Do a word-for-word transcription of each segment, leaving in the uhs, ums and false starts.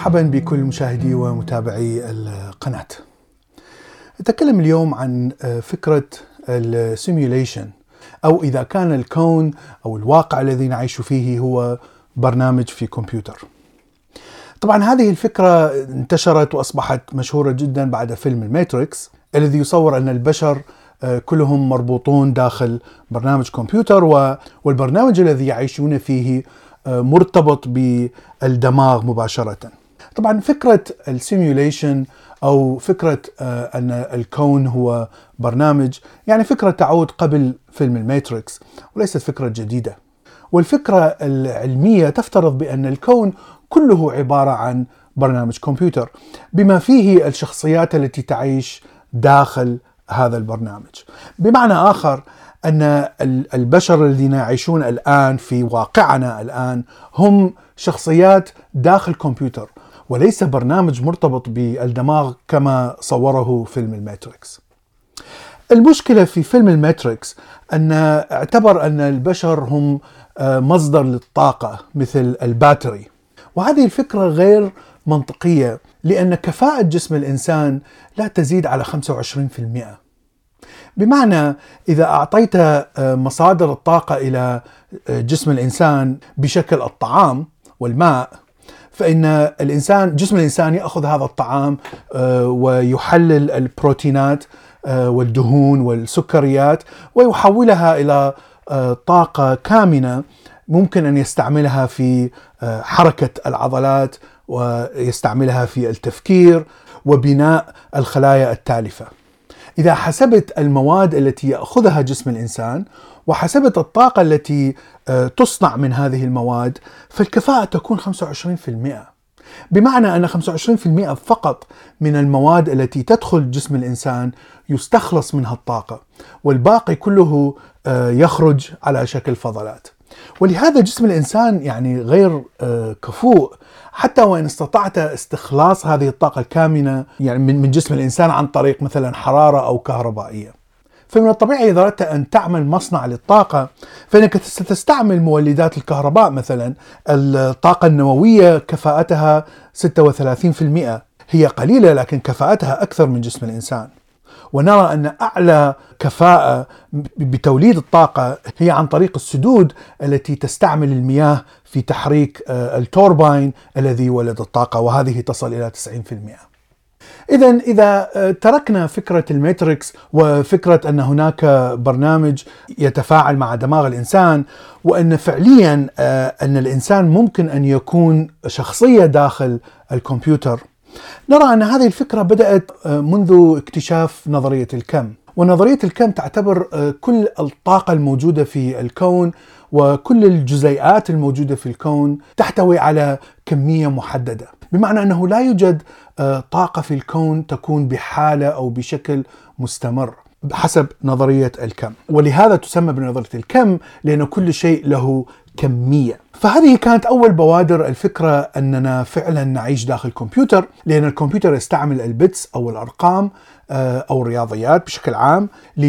مرحبا بكل مشاهدي ومتابعي القناة. نتكلم اليوم عن فكرة السيميوليشن، أو إذا كان الكون أو الواقع الذي نعيش فيه هو برنامج في كمبيوتر. طبعا هذه الفكرة انتشرت وأصبحت مشهورة جدا بعد فيلم الماتريكس الذي يصور أن البشر كلهم مربوطون داخل برنامج كمبيوتر، والبرنامج الذي يعيشون فيه مرتبط بالدماغ مباشرة. طبعا فكرة السيميوليشن أو فكرة أن الكون هو برنامج يعني فكرة تعود قبل فيلم الماتريكس وليست فكرة جديدة، والفكرة العلمية تفترض بأن الكون كله عبارة عن برنامج كمبيوتر بما فيه الشخصيات التي تعيش داخل هذا البرنامج. بمعنى آخر أن البشر الذين يعيشون الآن في واقعنا الآن هم شخصيات داخل كمبيوتر وليس برنامج مرتبط بالدماغ كما صوره فيلم الماتريكس. المشكلة في فيلم الماتريكس أن اعتبر أن البشر هم مصدر للطاقة مثل الباتري، وهذه الفكرة غير منطقية لأن كفاءة جسم الإنسان لا تزيد على خمسة وعشرين بالمئة. بمعنى إذا أعطيت مصادر الطاقة إلى جسم الإنسان بشكل الطعام والماء، فإن الإنسان جسم الإنسان يأخذ هذا الطعام ويحلل البروتينات والدهون والسكريات ويحولها إلى طاقة كامنة ممكن أن يستعملها في حركة العضلات ويستعملها في التفكير وبناء الخلايا التالفة. إذا حسبت المواد التي يأخذها جسم الإنسان وحسبت الطاقة التي تصنع من هذه المواد، فالكفاءة تكون خمسة وعشرين بالمئة، بمعنى أن خمسة وعشرين بالمئة فقط من المواد التي تدخل جسم الإنسان يستخلص منها الطاقة، والباقي كله يخرج على شكل فضلات. ولهذا جسم الإنسان يعني غير كفؤ حتى وإن استطعت استخلاص هذه الطاقة الكامنة يعني من جسم الإنسان عن طريق مثلا حرارة أو كهربائية. فمن الطبيعي إذا أردت أن تعمل مصنع للطاقة فإنك ستستعمل مولدات الكهرباء، مثلا الطاقة النووية كفاءتها ستة وثلاثين بالمئة، هي قليلة لكن كفاءتها أكثر من جسم الإنسان. ونرى أن أعلى كفاءة بتوليد الطاقة هي عن طريق السدود التي تستعمل المياه في تحريك التوربين الذي يولد الطاقة، وهذه تصل إلى تسعين بالمئة. إذن إذا تركنا فكرة الماتريكس وفكرة أن هناك برنامج يتفاعل مع دماغ الإنسان، وأن فعليا أن الإنسان ممكن أن يكون شخصية داخل الكمبيوتر، نرى أن هذه الفكرة بدأت منذ اكتشاف نظرية الكم. ونظرية الكم تعتبر كل الطاقة الموجودة في الكون وكل الجزيئات الموجودة في الكون تحتوي على كمية محددة، بمعنى أنه لا يوجد طاقة في الكون تكون بحالة أو بشكل مستمر بحسب نظرية الكم. ولهذا تسمى بنظرية الكم لأن كل شيء له كمية. فهذه كانت أول بوادر الفكرة أننا فعلا نعيش داخل كمبيوتر، لأن الكمبيوتر يستعمل البيتس أو الأرقام أو الرياضيات بشكل عام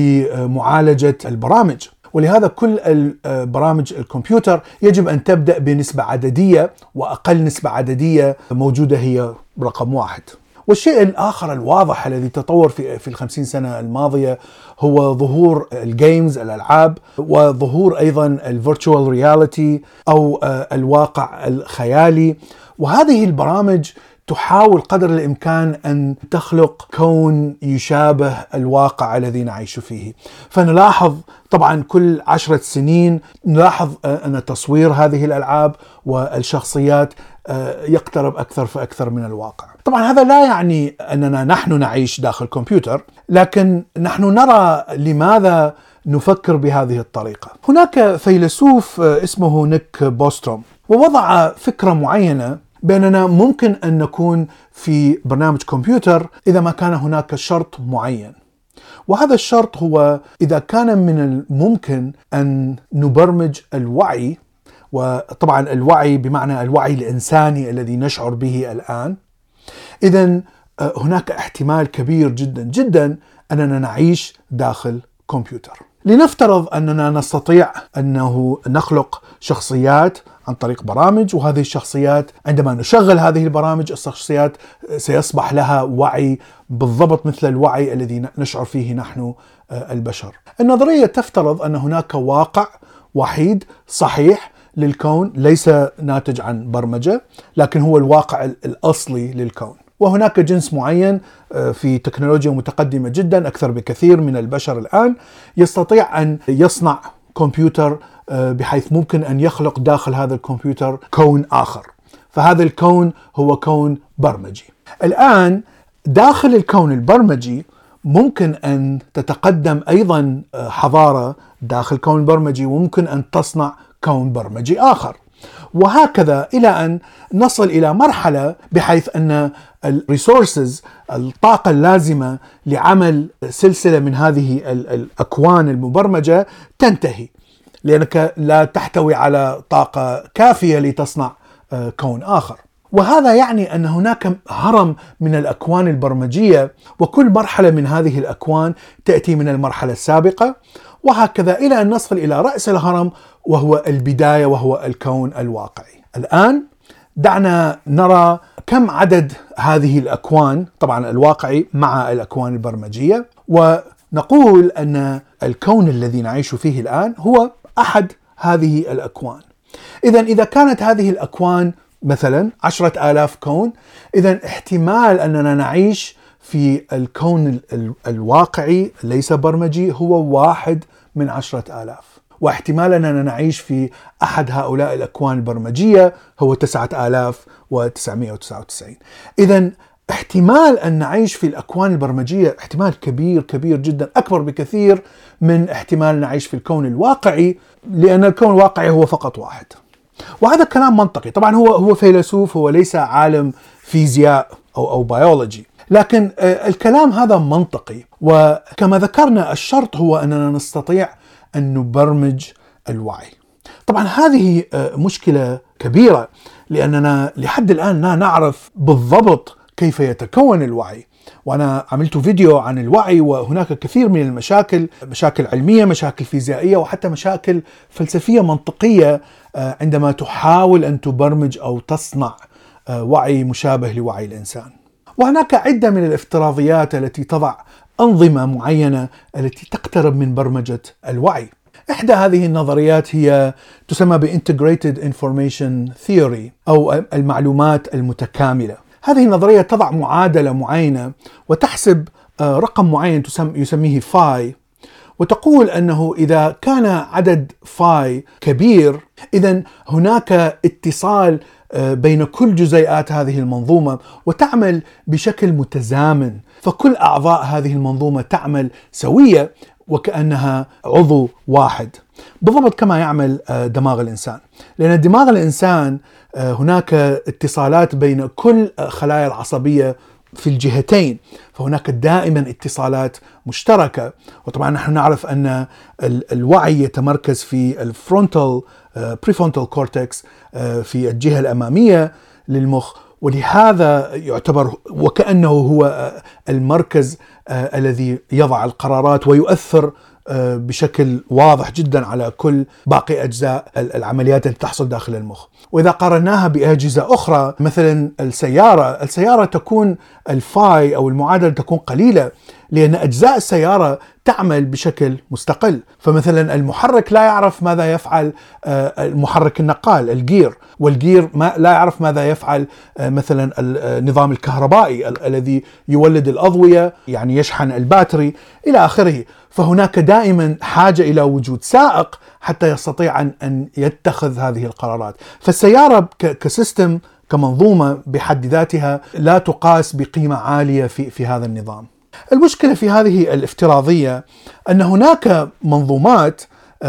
لمعالجة البرامج. ولهذا كل برامج الكمبيوتر يجب أن تبدأ بنسبة عددية، وأقل نسبة عددية موجودة هي رقم واحد. والشيء الآخر الواضح الذي تطور في في الخمسين سنة الماضية هو ظهور الجيمز الألعاب، وظهور أيضا الفيرتشوال رياليتي أو الواقع الخيالي. وهذه البرامج تحاول قدر الإمكان أن تخلق كون يشابه الواقع الذي نعيش فيه. فنلاحظ طبعا كل عشرة سنين نلاحظ أن تصوير هذه الألعاب والشخصيات يقترب أكثر فأكثر من الواقع. طبعا هذا لا يعني أننا نحن نعيش داخل كمبيوتر، لكن نحن نرى لماذا نفكر بهذه الطريقة. هناك فيلسوف اسمه نيك بوستروم ووضع فكرة معينة بأننا ممكن أن نكون في برنامج كمبيوتر إذا ما كان هناك شرط معين، وهذا الشرط هو إذا كان من الممكن أن نبرمج الوعي، وطبعا الوعي بمعنى الوعي الإنساني الذي نشعر به الآن، إذن هناك احتمال كبير جدا جدا أننا نعيش داخل كمبيوتر. لنفترض أننا نستطيع أنه نخلق شخصيات عن طريق برامج، وهذه الشخصيات عندما نشغل هذه البرامج الشخصيات سيصبح لها وعي بالضبط مثل الوعي الذي نشعر فيه نحن البشر. النظرية تفترض أن هناك واقع وحيد صحيح للكون ليس ناتج عن برمجة، لكن هو الواقع الأصلي للكون، وهناك جنس معين في تكنولوجيا متقدمة جدا أكثر بكثير من البشر الآن يستطيع أن يصنع كمبيوتر بحيث ممكن أن يخلق داخل هذا الكمبيوتر كون آخر، فهذا الكون هو كون برمجي. الآن داخل الكون البرمجي ممكن أن تتقدم أيضا حضارة داخل كون برمجي، وممكن أن تصنع كون برمجي آخر، وهكذا إلى أن نصل إلى مرحلة بحيث أن الريسورسز الطاقة اللازمة لعمل سلسلة من هذه الأكوان المبرمجة تنتهي، لأنك لا تحتوي على طاقة كافية لتصنع كون آخر. وهذا يعني أن هناك هرم من الأكوان البرمجية، وكل مرحلة من هذه الأكوان تأتي من المرحلة السابقة، وهكذا إلى أن نصل إلى رأس الهرم وهو البداية وهو الكون الواقعي. الآن دعنا نرى كم عدد هذه الأكوان، طبعا الواقعي مع الأكوان البرمجية، ونقول أن الكون الذي نعيش فيه الآن هو أحد هذه الأكوان. إذن إذا كانت هذه الأكوان مثلا عشرة آلاف كون، إذن احتمال أننا نعيش في الكون الواقعي ليس برمجي هو واحد من عشرة آلاف، واحتمال أننا نعيش في أحد هؤلاء الأكوان البرمجية هو تسعة آلاف وتسعمائة وتسعة وتسعين. إذن احتمال أن نعيش في الأكوان البرمجية احتمال كبير كبير جدا، أكبر بكثير من احتمال نعيش في الكون الواقعي، لأن الكون الواقعي هو فقط واحد. وهذا كلام منطقي، طبعا هو هو فيلسوف، هو ليس عالم فيزياء أو أو بيولوجي، لكن الكلام هذا منطقي. وكما ذكرنا الشرط هو أننا نستطيع أن نبرمج الوعي. طبعا هذه مشكلة كبيرة، لأننا لحد الآن لا نعرف بالضبط كيف يتكون الوعي. وأنا عملت فيديو عن الوعي، وهناك كثير من المشاكل، مشاكل علمية، مشاكل فيزيائية، وحتى مشاكل فلسفية منطقية عندما تحاول أن تبرمج أو تصنع وعي مشابه لوعي الإنسان. وهناك عدة من الافتراضيات التي تضع أنظمة معينة التي تقترب من برمجة الوعي. إحدى هذه النظريات هي تسمى ب Integrated Information Theory أو المعلومات المتكاملة. هذه النظرية تضع معادلة معينة وتحسب رقم معين يسميه فاي، وتقول أنه إذا كان عدد فاي كبير إذن هناك اتصال بين كل جزيئات هذه المنظومة وتعمل بشكل متزامن، فكل أعضاء هذه المنظومة تعمل سوية وكأنها عضو واحد، بالضبط كما يعمل دماغ الإنسان. لأن دماغ الإنسان هناك اتصالات بين كل خلايا العصبية في الجهتين، فهناك دائما اتصالات مشتركة. وطبعا نحن نعرف أن الوعي يتمركز في الفرونتال بريفرونتال كورتكس في الجهة الأمامية للمخ، ولهذا يعتبر وكأنه هو المركز الذي يضع القرارات ويؤثر بشكل واضح جدا على كل باقي أجزاء العمليات التي تحصل داخل المخ. وإذا قارناها بأجهزة أخرى مثلا السيارة، السيارة تكون الفاي أو المعادلة تكون قليلة، لأن أجزاء السيارة تعمل بشكل مستقل. فمثلا المحرك لا يعرف ماذا يفعل المحرك النقال الجير، والجير ما لا يعرف ماذا يفعل مثلا النظام الكهربائي الذي يولد الأضوية، يعني يشحن الباتري إلى آخره. فهناك دائما حاجة إلى وجود سائق حتى يستطيع أن يتخذ هذه القرارات. فالسيارة كسيستم كمنظومة بحد ذاتها لا تقاس بقيمة عالية في في هذا النظام. المشكلة في هذه الافتراضية أن هناك منظومات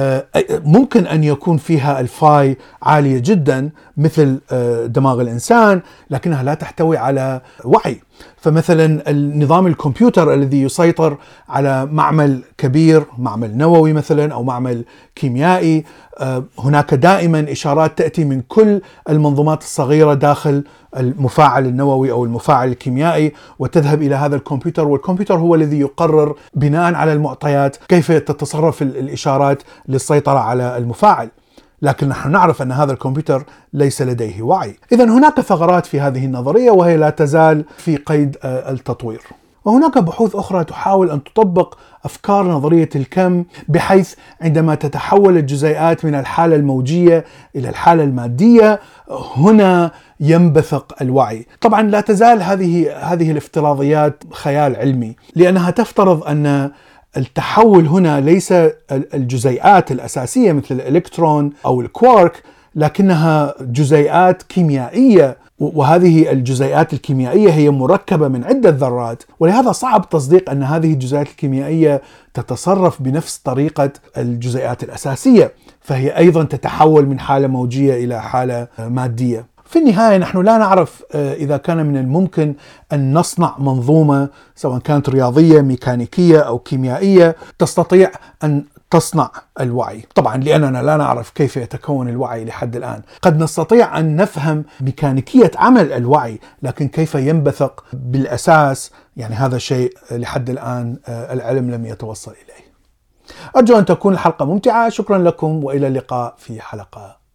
ممكن أن يكون فيها الفاي عالية جدا مثل دماغ الإنسان، لكنها لا تحتوي على وعي. فمثلا النظام الكمبيوتر الذي يسيطر على معمل كبير، معمل نووي مثلا أو معمل كيميائي، هناك دائما إشارات تأتي من كل المنظومات الصغيرة داخل المفاعل النووي أو المفاعل الكيميائي وتذهب إلى هذا الكمبيوتر، والكمبيوتر هو الذي يقرر بناء على المعطيات كيف تتصرف الإشارات للسيطرة على المفاعل. لكن نحن نعرف أن هذا الكمبيوتر ليس لديه وعي. إذن هناك ثغرات في هذه النظرية وهي لا تزال في قيد التطوير. وهناك بحوث أخرى تحاول أن تطبق أفكار نظرية الكم، بحيث عندما تتحول الجزيئات من الحالة الموجية إلى الحالة المادية هنا ينبثق الوعي. طبعا لا تزال هذه هذه الافتراضيات خيال علمي، لأنها تفترض أن التحول هنا ليس الجزيئات الأساسية مثل الإلكترون أو الكوارك، لكنها جزيئات كيميائية، وهذه الجزيئات الكيميائية هي مركبة من عدة ذرات، ولهذا صعب تصديق أن هذه الجزيئات الكيميائية تتصرف بنفس طريقة الجزيئات الأساسية، فهي أيضا تتحول من حالة موجية إلى حالة مادية. في النهاية نحن لا نعرف إذا كان من الممكن أن نصنع منظومة سواء كانت رياضية ميكانيكية أو كيميائية تستطيع أن تصنع الوعي، طبعا لأننا لا نعرف كيف يتكون الوعي لحد الآن. قد نستطيع أن نفهم ميكانيكية عمل الوعي، لكن كيف ينبثق بالأساس يعني هذا شيء لحد الآن العلم لم يتوصل إليه. أرجو أن تكون الحلقة ممتعة. شكرا لكم وإلى اللقاء في حلقة